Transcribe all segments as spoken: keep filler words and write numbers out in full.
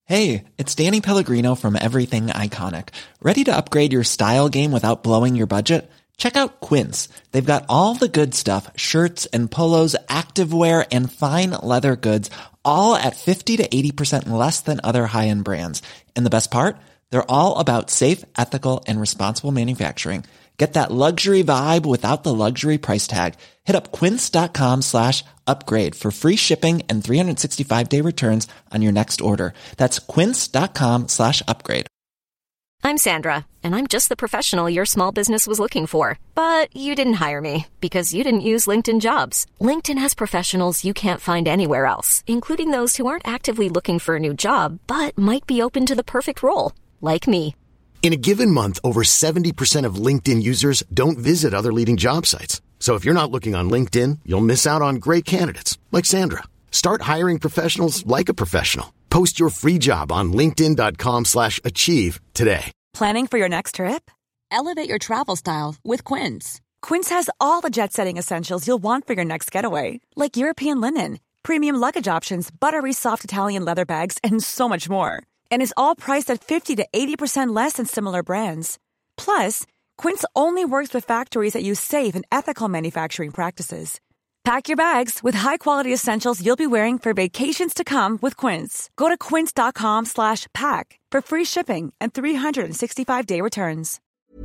Hey, it's Danny Pellegrino from Everything Iconic. Ready to upgrade your style game without blowing your budget? Check out Quince. They've got all the good stuff, shirts and polos, activewear, and fine leather goods, all at fifty to eighty percent less than other high-end brands. And the best part? They're all about safe, ethical, and responsible manufacturing. Get that luxury vibe without the luxury price tag. Hit up quince.com slash upgrade for free shipping and three sixty-five day returns on your next order. That's quince.com slash upgrade. I'm Sandra, and I'm just the professional your small business was looking for. But you didn't hire me because you didn't use LinkedIn Jobs. LinkedIn has professionals you can't find anywhere else, including those who aren't actively looking for a new job, but might be open to the perfect role, like me. In a given month, over seventy percent of LinkedIn users don't visit other leading job sites. So if you're not looking on LinkedIn, you'll miss out on great candidates like Sandra. Start hiring professionals like a professional. Post your free job on linkedin.com slash achieve today. Planning for your next trip? Elevate your travel style with Quince. Quince has all the jet-setting essentials you'll want for your next getaway, like European linen, premium luggage options, buttery soft Italian leather bags, and so much more. And is all priced at fifty to eighty percent less than similar brands. Plus, Quince only works with factories that use safe and ethical manufacturing practices. Pack your bags with high-quality essentials you'll be wearing for vacations to come with Quince. Go to quince.com slash pack for free shipping and three sixty-five day returns.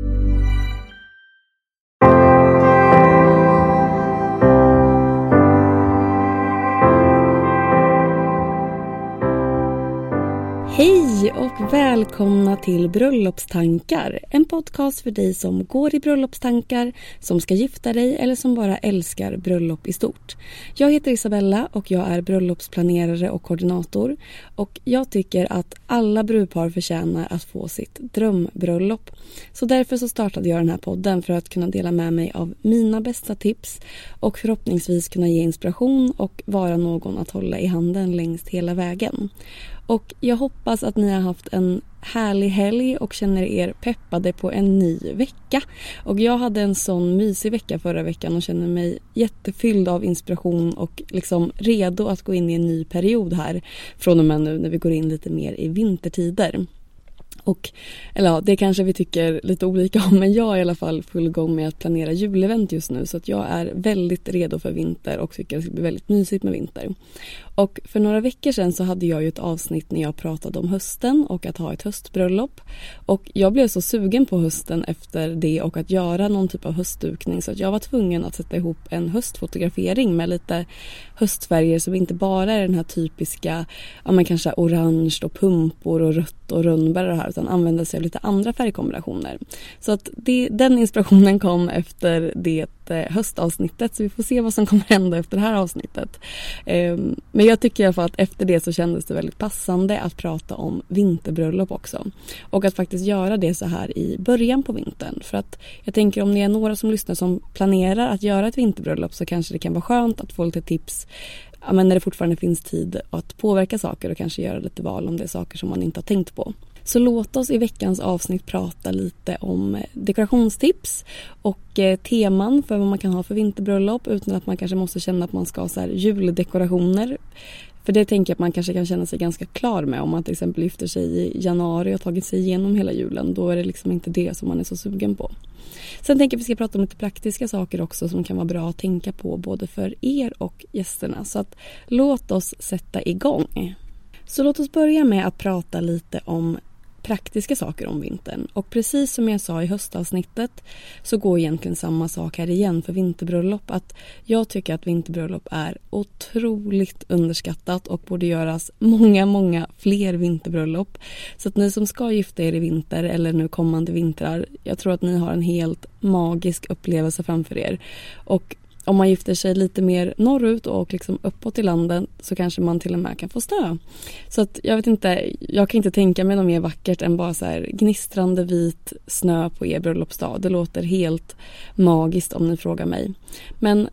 Hej och välkomna till Bröllopstankar, en podcast för dig som går i bröllopstankar, som ska gifta dig eller som bara älskar bröllop i stort. Jag heter Isabella och jag är bröllopsplanerare och koordinator, och jag tycker att alla brudpar förtjänar att få sitt drömbröllop. Så därför så startade jag den här podden för att kunna dela med mig av mina bästa tips och förhoppningsvis kunna ge inspiration och vara någon att hålla i handen längs hela vägen. Och jag hoppas att ni har haft en härlig helg och känner er peppade på en ny vecka. Och jag hade en sån mysig vecka förra veckan och känner mig jättefylld av inspiration och liksom redo att gå in i en ny period här från och med nu när vi går in lite mer i vintertider. Och, eller ja, det kanske vi tycker lite olika om, men jag är i alla fall full gång med att planera julevent just nu, så att jag är väldigt redo för vinter och tycker att det ska bli väldigt mysigt med vinter. Och för några veckor sedan så hade jag ju ett avsnitt när jag pratade om hösten och att ha ett höstbröllop. Och jag blev så sugen på hösten efter det och att göra någon typ av höstdukning, så att jag var tvungen att sätta ihop en höstfotografering med lite höstfärger som inte bara är den här typiska, ja men kanske orange och pumpor och rött och rönnbär och här, utan använda sig av lite andra färgkombinationer. Så att det, den inspirationen kom efter det höstavsnittet, så vi får se vad som kommer hända efter det här avsnittet. Um, men jag tycker i alla fall att efter det så kändes det väldigt passande att prata om vinterbröllop också. Och att faktiskt göra det så här i början på vintern. För att jag tänker, om ni är några som lyssnar som planerar att göra ett vinterbröllop, så kanske det kan vara skönt att få lite tips, ja, men när det fortfarande finns tid att påverka saker och kanske göra lite val om det är saker som man inte har tänkt på. Så låt oss i veckans avsnitt prata lite om dekorationstips och eh, teman för vad man kan ha för vinterbröllop, utan att man kanske måste känna att man ska ha så här juldekorationer. För det tänker jag att man kanske kan känna sig ganska klar med om man till exempel lyfter sig i januari och tagit sig igenom hela julen. Då är det liksom inte det som man är så sugen på. Sen tänker jag att vi ska prata om lite praktiska saker också som kan vara bra att tänka på både för er och gästerna. Så att låt oss sätta igång. Så låt oss börja med att prata lite om praktiska saker om vintern. Och precis som jag sa i höstavsnittet så går egentligen samma sak här igen för vinterbröllop. Att jag tycker att vinterbröllop är otroligt underskattat och borde göras många, många fler vinterbröllop. Så att ni som ska gifta er i vinter eller nu kommande vintrar, jag tror att ni har en helt magisk upplevelse framför er. Och om man gifter sig lite mer norrut och liksom uppåt i landet så kanske man till och med kan få snö. Så att jag vet inte, jag kan inte tänka mig något mer vackert än bara så här gnistrande vit snö på er bröllopsdag. Det låter helt magiskt om ni frågar mig. Men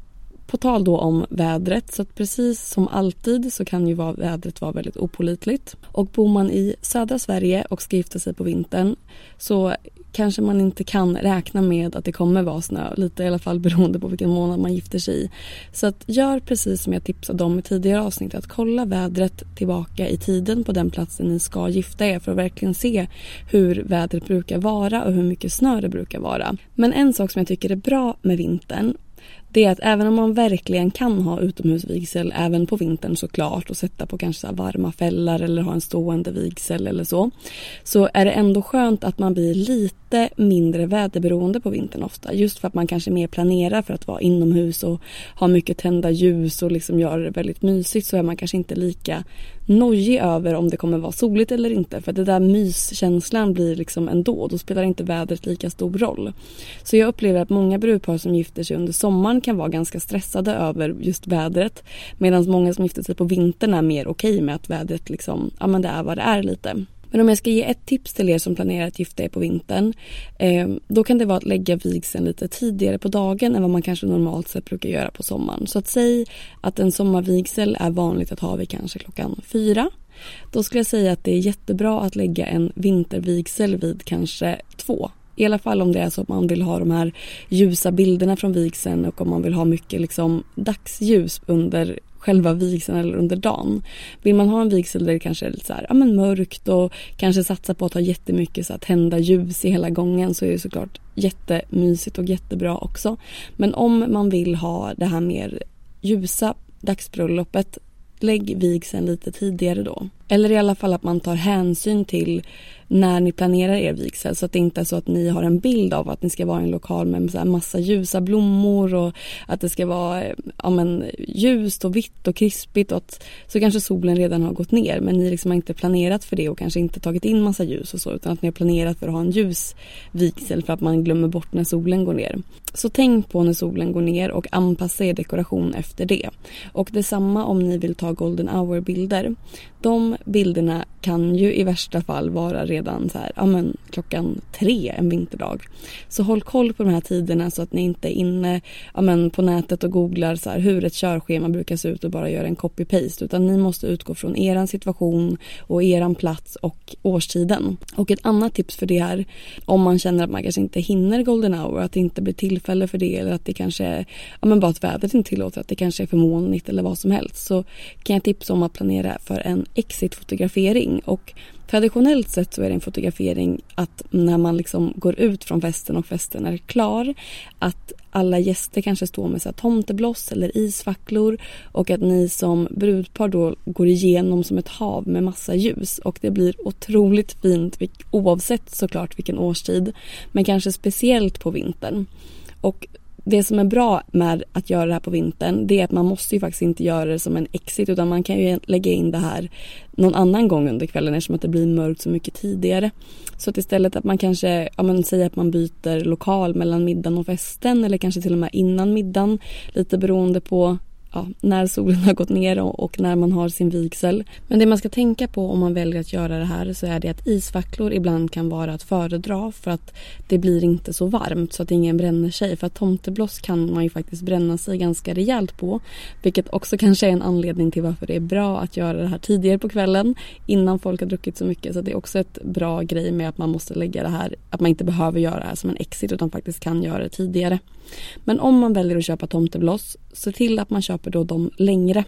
På tal då om vädret, så att precis som alltid så kan ju vara, vädret vara väldigt opålitligt. Och bor man i södra Sverige och ska gifta sig på vintern så kanske man inte kan räkna med att det kommer vara snö. Lite i alla fall beroende på vilken månad man gifter sig i. Så att gör precis som jag tipsade om i tidigare avsnitt. Att kolla vädret tillbaka i tiden på den platsen ni ska gifta er. För att verkligen se hur vädret brukar vara och hur mycket snö det brukar vara. Men en sak som jag tycker är bra med vintern, det är att även om man verkligen kan ha utomhusvigsel även på vintern såklart och sätta på kanske så här varma fällar eller ha en stående vigsel eller så, så är det ändå skönt att man blir lite mindre väderberoende på vintern ofta. Just för att man kanske mer planerar för att vara inomhus och ha mycket tända ljus och liksom göra det väldigt mysigt, så är man kanske inte lika nojig över om det kommer vara soligt eller inte. För att det där myskänslan blir liksom ändå. Då spelar inte vädret lika stor roll. Så jag upplever att många brudpar som gifter sig under sommaren kan vara ganska stressade över just vädret. Medan många som gifter sig på vintern är mer okej med att vädret liksom, ja men det är vad det är lite. Men om jag ska ge ett tips till er som planerar att gifta er på vintern, eh, då kan det vara att lägga vigseln lite tidigare på dagen än vad man kanske normalt sett brukar göra på sommaren. Så att säg att en sommarvigsel är vanligt att ha vid kanske klockan fyra. Då skulle jag säga att det är jättebra att lägga en vintervigsel vid kanske två. I alla fall om det är så att man vill ha de här ljusa bilderna från vigseln och om man vill ha mycket liksom dagsljus under själva vigseln eller under dagen. Vill man ha en vigsel där det kanske är lite så här, ja men mörkt och kanske satsa på att ha jättemycket så att tända ljus i hela gången, så är det såklart jättemysigt och jättebra också. Men om man vill ha det här mer ljusa dagsbröllopet, lägg vigseln lite tidigare då. Eller i alla fall att man tar hänsyn till när ni planerar er vigsel, så att det inte är så att ni har en bild av att ni ska vara i en lokal med så här massa ljusa blommor och att det ska vara ja, men, ljust och vitt och krispigt och att, så kanske solen redan har gått ner, men ni liksom har inte planerat för det och kanske inte tagit in massa ljus och så, utan att ni har planerat för att ha en ljus vigsel för att man glömmer bort när solen går ner. Så tänk på när solen går ner och anpassa er dekoration efter det. Och detsamma om ni vill ta golden hour bilder. De bilderna kan ju i värsta fall vara redan så här, ja men, klockan tre en vinterdag. Så håll koll på de här tiderna så att ni inte är inne ja men, på nätet och googlar så här, hur ett körschema brukar se ut och bara göra en copy-paste. Utan ni måste utgå från eran situation och eran plats och årstiden. Och ett annat tips för det här, om man känner att man kanske inte hinner golden hour, att det inte blir tillfälle för det, eller att det kanske är, ja men bara att vädret inte tillåter, att det kanske är för molnigt eller vad som helst, så kan jag tipsa om att planera för en exit-fotografering. Och traditionellt sett så är det en fotografering att när man liksom går ut från festen och festen är klar, att alla gäster kanske står med så här tomtebloss eller isfacklor och att ni som brudpar då går igenom som ett hav med massa ljus, och det blir otroligt fint oavsett såklart vilken årstid, men kanske speciellt på vintern. Och det som är bra med att göra det här på vintern, det är att man måste ju faktiskt inte göra det som en exit, utan man kan ju lägga in det här någon annan gång under kvällen eftersom att det blir mörkt så mycket tidigare. Så att istället att man kanske, ja men säger att man byter lokal mellan middagen och festen, eller kanske till och med innan middagen, lite beroende på ja, när solen har gått ner och, och när man har sin vigsel. Men det man ska tänka på om man väljer att göra det här, så är det att isfacklor ibland kan vara att föredra, för att det blir inte så varmt så att ingen bränner sig. För att tomtebloss kan man ju faktiskt bränna sig ganska rejält på, vilket också kanske är en anledning till varför det är bra att göra det här tidigare på kvällen innan folk har druckit så mycket. Så det är också ett bra grej med att man måste lägga det här, att man inte behöver göra det här som en exit utan faktiskt kan göra det tidigare. Men om man väljer att köpa tomtebloss, så till att man köper då de längre.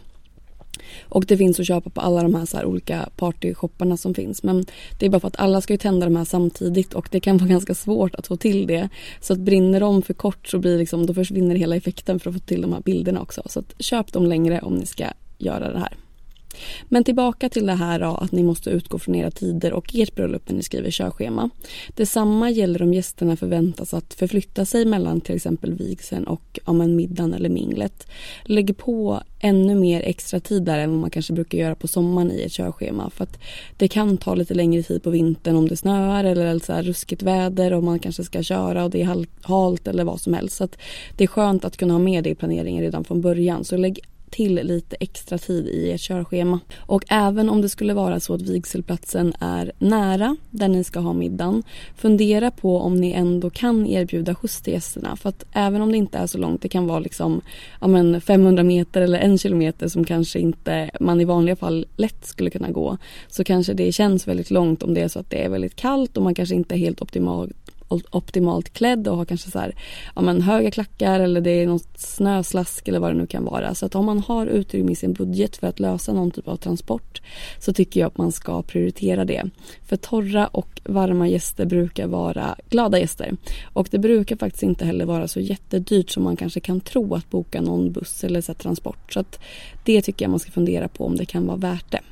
Och det finns att köpa på alla de här, så här olika partyshopparna som finns. Men det är bara för att alla ska ju tända de här samtidigt, och det kan vara ganska svårt att få till det. Så att brinner de för kort så blir liksom, då försvinner hela effekten för att få till de här bilderna också. Så att köp dem längre om ni ska göra det här. Men tillbaka till det här då, att ni måste utgå från era tider och ert bröllop när ni skriver körschema. Detsamma gäller om gästerna förväntas att förflytta sig mellan till exempel vigseln och ja, men middagen eller minglet. Lägg på ännu mer extra tid där än vad man kanske brukar göra på sommaren i ett körschema. För att det kan ta lite längre tid på vintern om det snöar eller så här ruskigt väder och man kanske ska köra och det är halt eller vad som helst. Så att det är skönt att kunna ha med det i planeringen redan från början. Så lägg till lite extra tid i ert körschema. Och även om det skulle vara så att vigselplatsen är nära där ni ska ha middagen, fundera på om ni ändå kan erbjuda skjuts till gästerna. För att även om det inte är så långt, det kan vara liksom ja men femhundra meter eller en kilometer som kanske inte man i vanliga fall lätt skulle kunna gå, så kanske det känns väldigt långt om det är så att det är väldigt kallt och man kanske inte är helt optimalt optimalt klädd och har kanske så här, ja men höga klackar eller det är något snöslask eller vad det nu kan vara. Så att om man har utrymme i sin budget för att lösa någon typ av transport, så tycker jag att man ska prioritera det. För torra och varma gäster brukar vara glada gäster. Och det brukar faktiskt inte heller vara så jättedyrt som man kanske kan tro att boka någon buss eller så här, transport. Så att det tycker jag man ska fundera på om det kan vara värt det.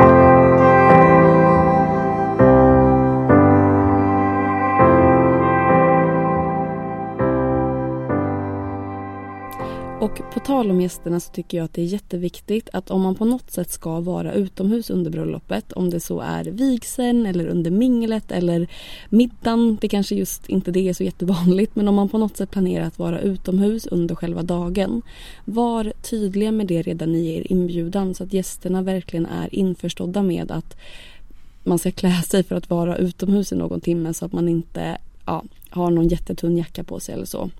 Och på tal om gästerna så tycker jag att det är jätteviktigt att om man på något sätt ska vara utomhus under bröllopet, om det så är vigseln eller under minglet eller middagen, det kanske just inte det är så jättevanligt, men om man på något sätt planerar att vara utomhus under själva dagen, var tydliga med det redan i er inbjudan så att gästerna verkligen är införstådda med att man ska klä sig för att vara utomhus i någon timme, så att man inte ja, har någon jättetunn jacka på sig eller så.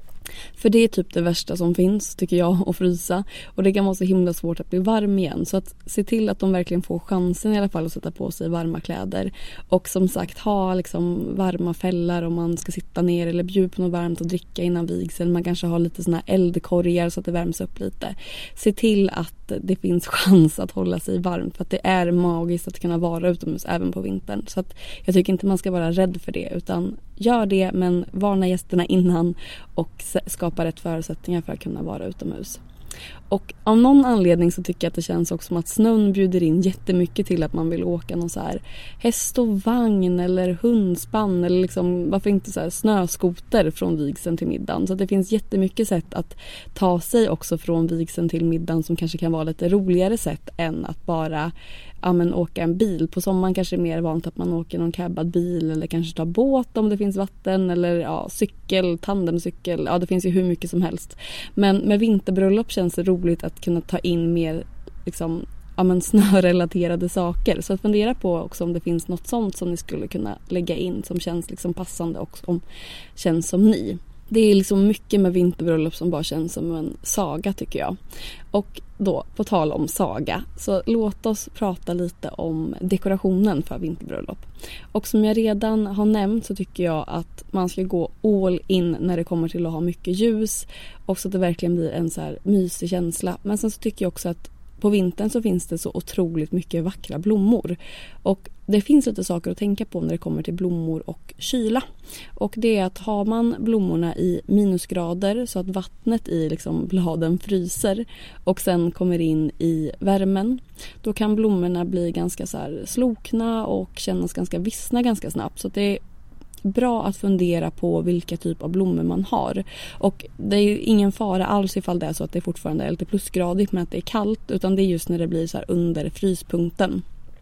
För det är typ det värsta som finns, tycker jag, att frysa. Och det kan vara så himla svårt att bli varm igen. Så att se till att de verkligen får chansen i alla fall att sätta på sig varma kläder. Och som sagt, ha liksom varma fällar om man ska sitta ner eller bjuda på något varmt att dricka innan vigseln. Man kanske har lite såna här eldkorgar så att det värms upp lite. Se till att det finns chans att hålla sig varmt, för att det är magiskt att kunna vara utomhus även på vintern. Så att jag tycker inte man ska vara rädd för det, utan gör det, men varna gästerna innan och skapa rätt förutsättningar för att kunna vara utomhus. Och av någon anledning så tycker jag att det känns också som att snön bjuder in jättemycket till att man vill åka någon så här häst och vagn eller hundspann eller liksom, varför inte så här snöskoter från vigseln till middagen. Så att det finns jättemycket sätt att ta sig också från vigseln till middagen som kanske kan vara lite roligare sätt än att bara ja, men åka en bil. På sommaren kanske det är mer vanligt att man åker någon cabbad bil eller kanske tar båt om det finns vatten eller ja, cykel, tandemcykel. Ja, det finns ju hur mycket som helst. Men med vinterbröllop känns det roligt att kunna ta in mer liksom, ja, men snörelaterade saker. Så att fundera på också om det finns något sånt som ni skulle kunna lägga in som känns liksom passande och som känns som ni. Det är liksom mycket med vinterbröllop som bara känns som en saga, tycker jag. Och då, på tal om saga, så låt oss prata lite om dekorationen för vinterbröllop. Och som jag redan har nämnt så tycker jag att man ska gå all in när det kommer till att ha mycket ljus. Och så att det verkligen blir en så här mysig känsla. Men sen så tycker jag också att på vintern så finns det så otroligt mycket vackra blommor. Och det finns lite saker att tänka på när det kommer till blommor och kyla. Och det är att har man blommorna i minusgrader så att vattnet i liksom bladen fryser och sen kommer in i värmen, då kan blommorna bli ganska så här slokna och kännas ganska vissna ganska snabbt. Så att det är bra att fundera på vilka typ av blommor man har. Och det är ingen fara alls ifall det är så att det fortfarande är lite plusgradigt men att det är kallt, utan det är just när det blir så här under fryspunkten.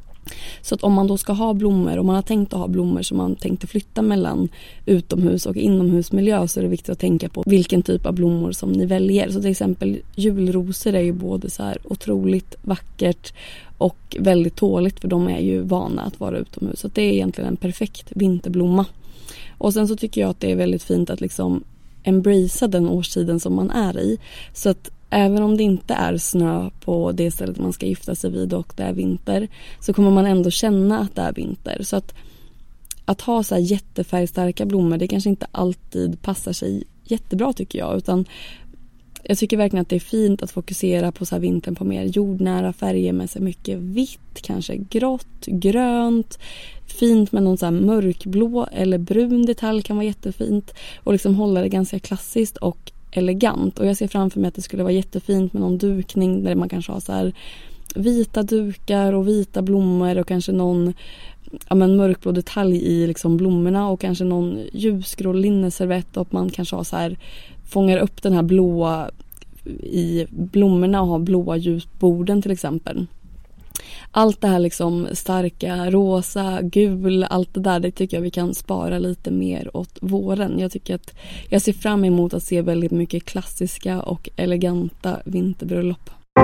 Så att om man då ska ha blommor, om man har tänkt att ha blommor som man tänkte flytta mellan utomhus och inomhusmiljö, så är det viktigt att tänka på vilken typ av blommor som ni väljer. Så till exempel julrosor är ju både så här otroligt vackert och väldigt tåligt, för de är ju vana att vara utomhus. Så att det är egentligen en perfekt vinterblomma. Och sen så tycker jag att det är väldigt fint att liksom embracea den årstiden som man är i. Så att även om det inte är snö på det stället man ska gifta sig vid och det är vinter, så kommer man ändå känna att det är vinter. Så att, att ha så här jättefärgstarka blommor, det kanske inte alltid passar sig jättebra, tycker jag. Utan jag tycker verkligen att det är fint att fokusera på så här vintern på mer jordnära färger med så mycket vitt, kanske grått, grönt. Fint med någon så här mörkblå eller brun detalj kan vara jättefint. Och liksom hålla det ganska klassiskt och elegant. Och jag ser framför mig att det skulle vara jättefint med någon dukning där man kanske har så här vita dukar och vita blommor och kanske någon ja, men mörkblå detalj i liksom blommorna och kanske någon ljusgrå linneservett, och man kanske har så här, fångar upp den här blåa i blommorna och har blåa ljusborden till exempel. Allt det här liksom starka, rosa, gul, allt det där, det tycker jag vi kan spara lite mer åt våren. Jag tycker att jag ser fram emot att se väldigt mycket klassiska och eleganta vinterbröllop.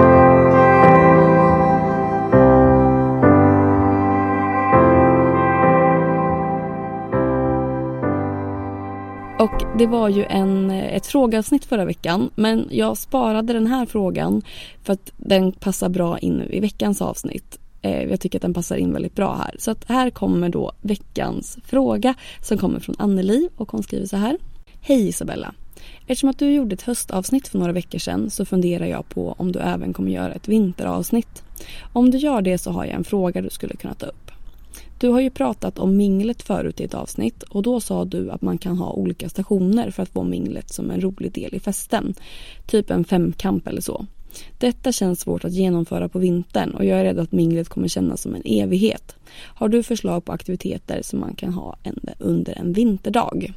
Och det var ju en, ett frågeavsnitt förra veckan, men jag sparade den här frågan för att den passar bra in i veckans avsnitt. Eh, jag tycker att den passar in väldigt bra här. Så att här kommer då veckans fråga som kommer från Anneli, och hon skriver så här. Hej Isabella. Eftersom att du gjorde ett höstavsnitt för några veckor sedan så funderar jag på om du även kommer göra ett vinteravsnitt. Om du gör det så har jag en fråga du skulle kunna ta upp. Du har ju pratat om minglet förut i ett avsnitt, och då sa du att man kan ha olika stationer för att få minglet som en rolig del i festen. Typ en femkamp eller så. Detta känns svårt att genomföra på vintern, och jag är rädd att minglet kommer kännas som en evighet. Har du förslag på aktiviteter som man kan ha under en vinterdag?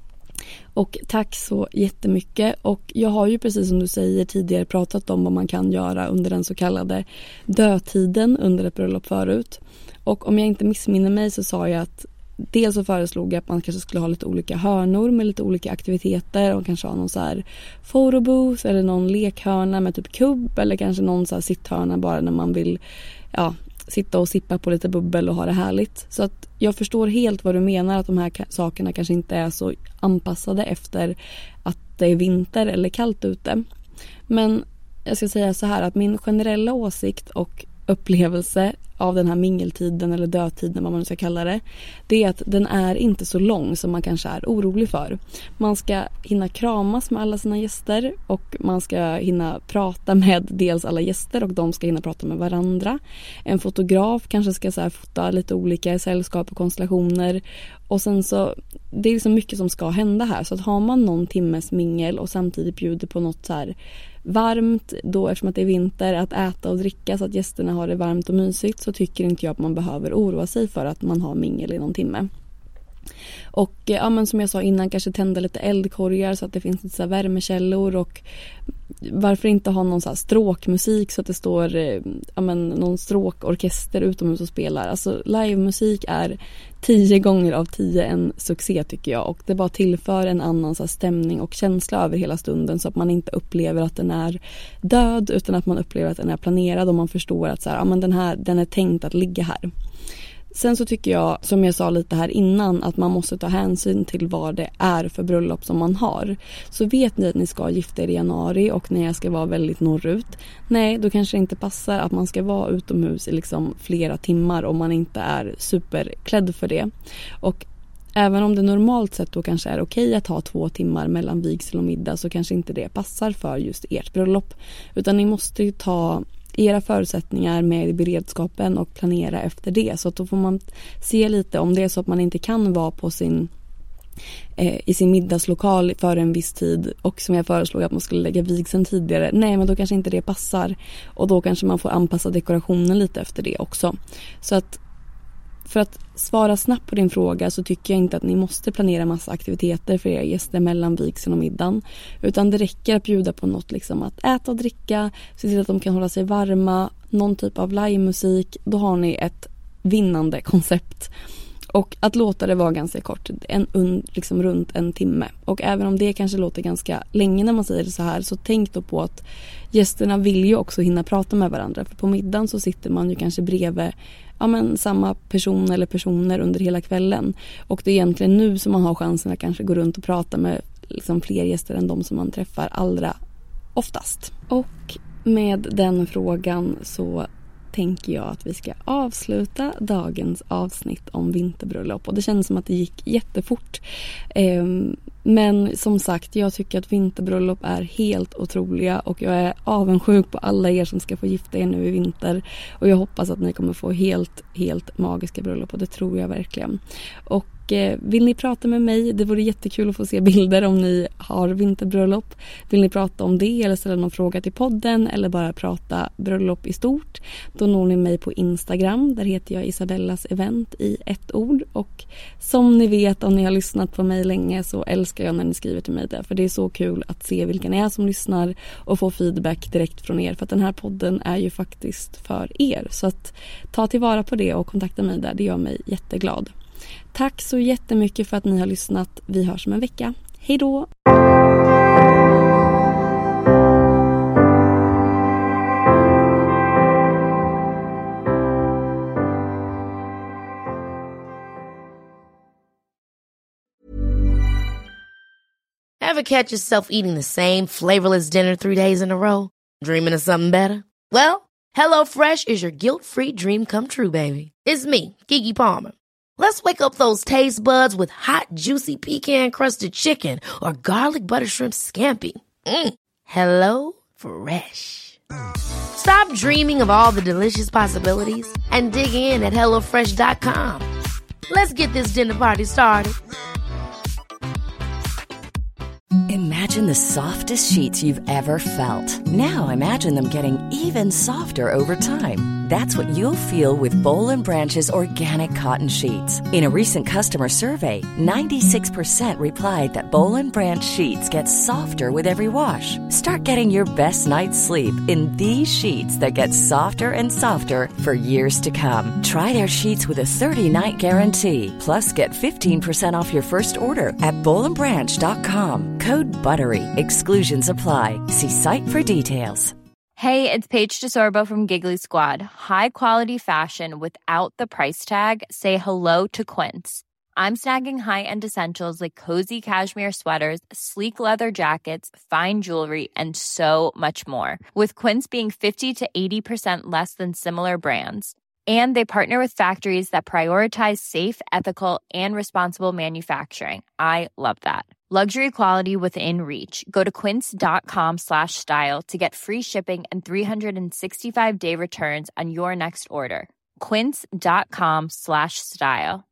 Och tack så jättemycket. Och jag har ju precis som du säger tidigare pratat om vad man kan göra under den så kallade dödtiden under ett bröllop förut. Och om jag inte missminner mig så sa jag att dels så föreslog jag att man kanske skulle ha lite olika hörnor med lite olika aktiviteter, och kanske ha någon så här photobooth eller någon lekhörna med typ kubb, eller kanske någon så här sitthörna bara när man vill ja, sitta och sippa på lite bubbel och ha det härligt. Så att jag förstår helt vad du menar, att de här sakerna kanske inte är så anpassade efter att det är vinter eller kallt ute. Men jag ska säga så här, att min generella åsikt och upplevelse av den här mingeltiden eller dödtiden, vad man nu ska kalla det, det är att den är inte så lång som man kanske är orolig för. Man ska hinna kramas med alla sina gäster, och man ska hinna prata med dels alla gäster, och de ska hinna prata med varandra. En fotograf kanske ska så här fota lite olika sällskap och konstellationer, och sen så det är liksom mycket som ska hända här. Så att har man någon timmes mingel och samtidigt bjuder på något så här varmt, då eftersom att det är vinter, att äta och dricka så att gästerna har det varmt och mysigt, så tycker inte jag att man behöver oroa sig för att man har mingel i någon timme. Och ja, men som jag sa innan, kanske tända lite eldkorgar så att det finns lite så här värmekällor, och varför inte ha någon så här stråkmusik så att det står ja, men någon stråkorkester utomhus och spelar. Alltså livemusik är tio gånger av tio en succé tycker jag, och det bara tillför en annan så här stämning och känsla över hela stunden, så att man inte upplever att den är död, utan att man upplever att den är planerad, och man förstår att så här, ja, men den här den är tänkt att ligga här. Sen så tycker jag, som jag sa lite här innan, att man måste ta hänsyn till vad det är för bröllop som man har. Så vet ni att ni ska gifta er i januari och när jag ska vara väldigt norrut, nej, då kanske det inte passar att man ska vara utomhus i liksom flera timmar om man inte är superklädd för det. Och även om det normalt sett då kanske är okej att ha två timmar mellan vigsel och middag, så kanske inte det passar för just ert bröllop. Utan ni måste ju ta era förutsättningar med beredskapen och planera efter det. Så att då får man se lite om det är så att man inte kan vara på sin eh, i sin middagslokal för en viss tid, och som jag föreslog att man skulle lägga vigseln tidigare. Nej, men då kanske inte det passar, och då kanske man får anpassa dekorationen lite efter det också. Så att för att svara snabbt på din fråga, så tycker jag inte att ni måste planera massa aktiviteter för era gäster mellan vigseln och middagen. Utan det räcker att bjuda på något, liksom att äta och dricka, se till att de kan hålla sig varma, någon typ av livemusik. Då har ni ett vinnande koncept. Och att låta det vara ganska kort, en, un, liksom runt en timme. Och även om det kanske låter ganska länge när man säger det så här, så tänk då på att gästerna vill ju också hinna prata med varandra. För på middagen så sitter man ju kanske bredvid ja, men samma person eller personer under hela kvällen. Och det är egentligen nu som man har chansen att kanske gå runt och prata med liksom fler gäster än de som man träffar allra oftast. Och med den frågan så tänker jag att vi ska avsluta dagens avsnitt om vinterbröllop. Och det känns som att det gick jättefort. Eh, men som sagt, jag tycker att vinterbröllop är helt otroliga, och jag är avundsjuk på alla er som ska få gifta er nu i vinter. Och jag hoppas att ni kommer få helt, helt magiska bröllop, och det tror jag verkligen. Och vill ni prata med mig, det vore jättekul att få se bilder om ni har vinterbröllop. Vill ni prata om det eller ställa någon fråga till podden eller bara prata bröllop i stort, då når ni mig på Instagram. Där heter jag Isabellas event i ett ord. Och som ni vet, om ni har lyssnat på mig länge, så älskar jag när ni skriver till mig där. För det är så kul att se vilka ni är som lyssnar och få feedback direkt från er. För att den här podden är ju faktiskt för er. Så att ta tillvara på det och kontakta mig där, det gör mig jätteglad. Tack så jättemycket för att ni har lyssnat. Vi hörs om en vecka. Hej då! Ever catch yourself eating the same flavorless dinner three days in a row? Dreaming of something better? Well, HelloFresh is your guilt-free dream come true, baby. It's me, Keke Palmer. Let's wake up those taste buds with hot, juicy pecan-crusted chicken or garlic butter shrimp scampi. Mm. Hello Fresh. Stop dreaming of all the delicious possibilities and dig in at hello fresh dot com. Let's get this dinner party started. Imagine the softest sheets you've ever felt. Now imagine them getting even softer over time. That's what you'll feel with Boll and Branch's organic cotton sheets. In a recent customer survey, ninety-six percent replied that Boll and Branch sheets get softer with every wash. Start getting your best night's sleep in these sheets that get softer and softer for years to come. Try their sheets with a thirty-night guarantee. Plus, get fifteen percent off your first order at boll and branch dot com. Code BUTTERY. Exclusions apply. See site for details. Hey, it's Paige DeSorbo from Giggly Squad. High quality fashion without the price tag. Say hello to Quince. I'm snagging high-end essentials like cozy cashmere sweaters, sleek leather jackets, fine jewelry, and so much more. With Quince being fifty to eighty percent less than similar brands. And they partner with factories that prioritize safe, ethical, and responsible manufacturing. I love that. Luxury quality within reach. Go to quince.com slash style to get free shipping and three sixty-five day returns on your next order. Quince.com slash style.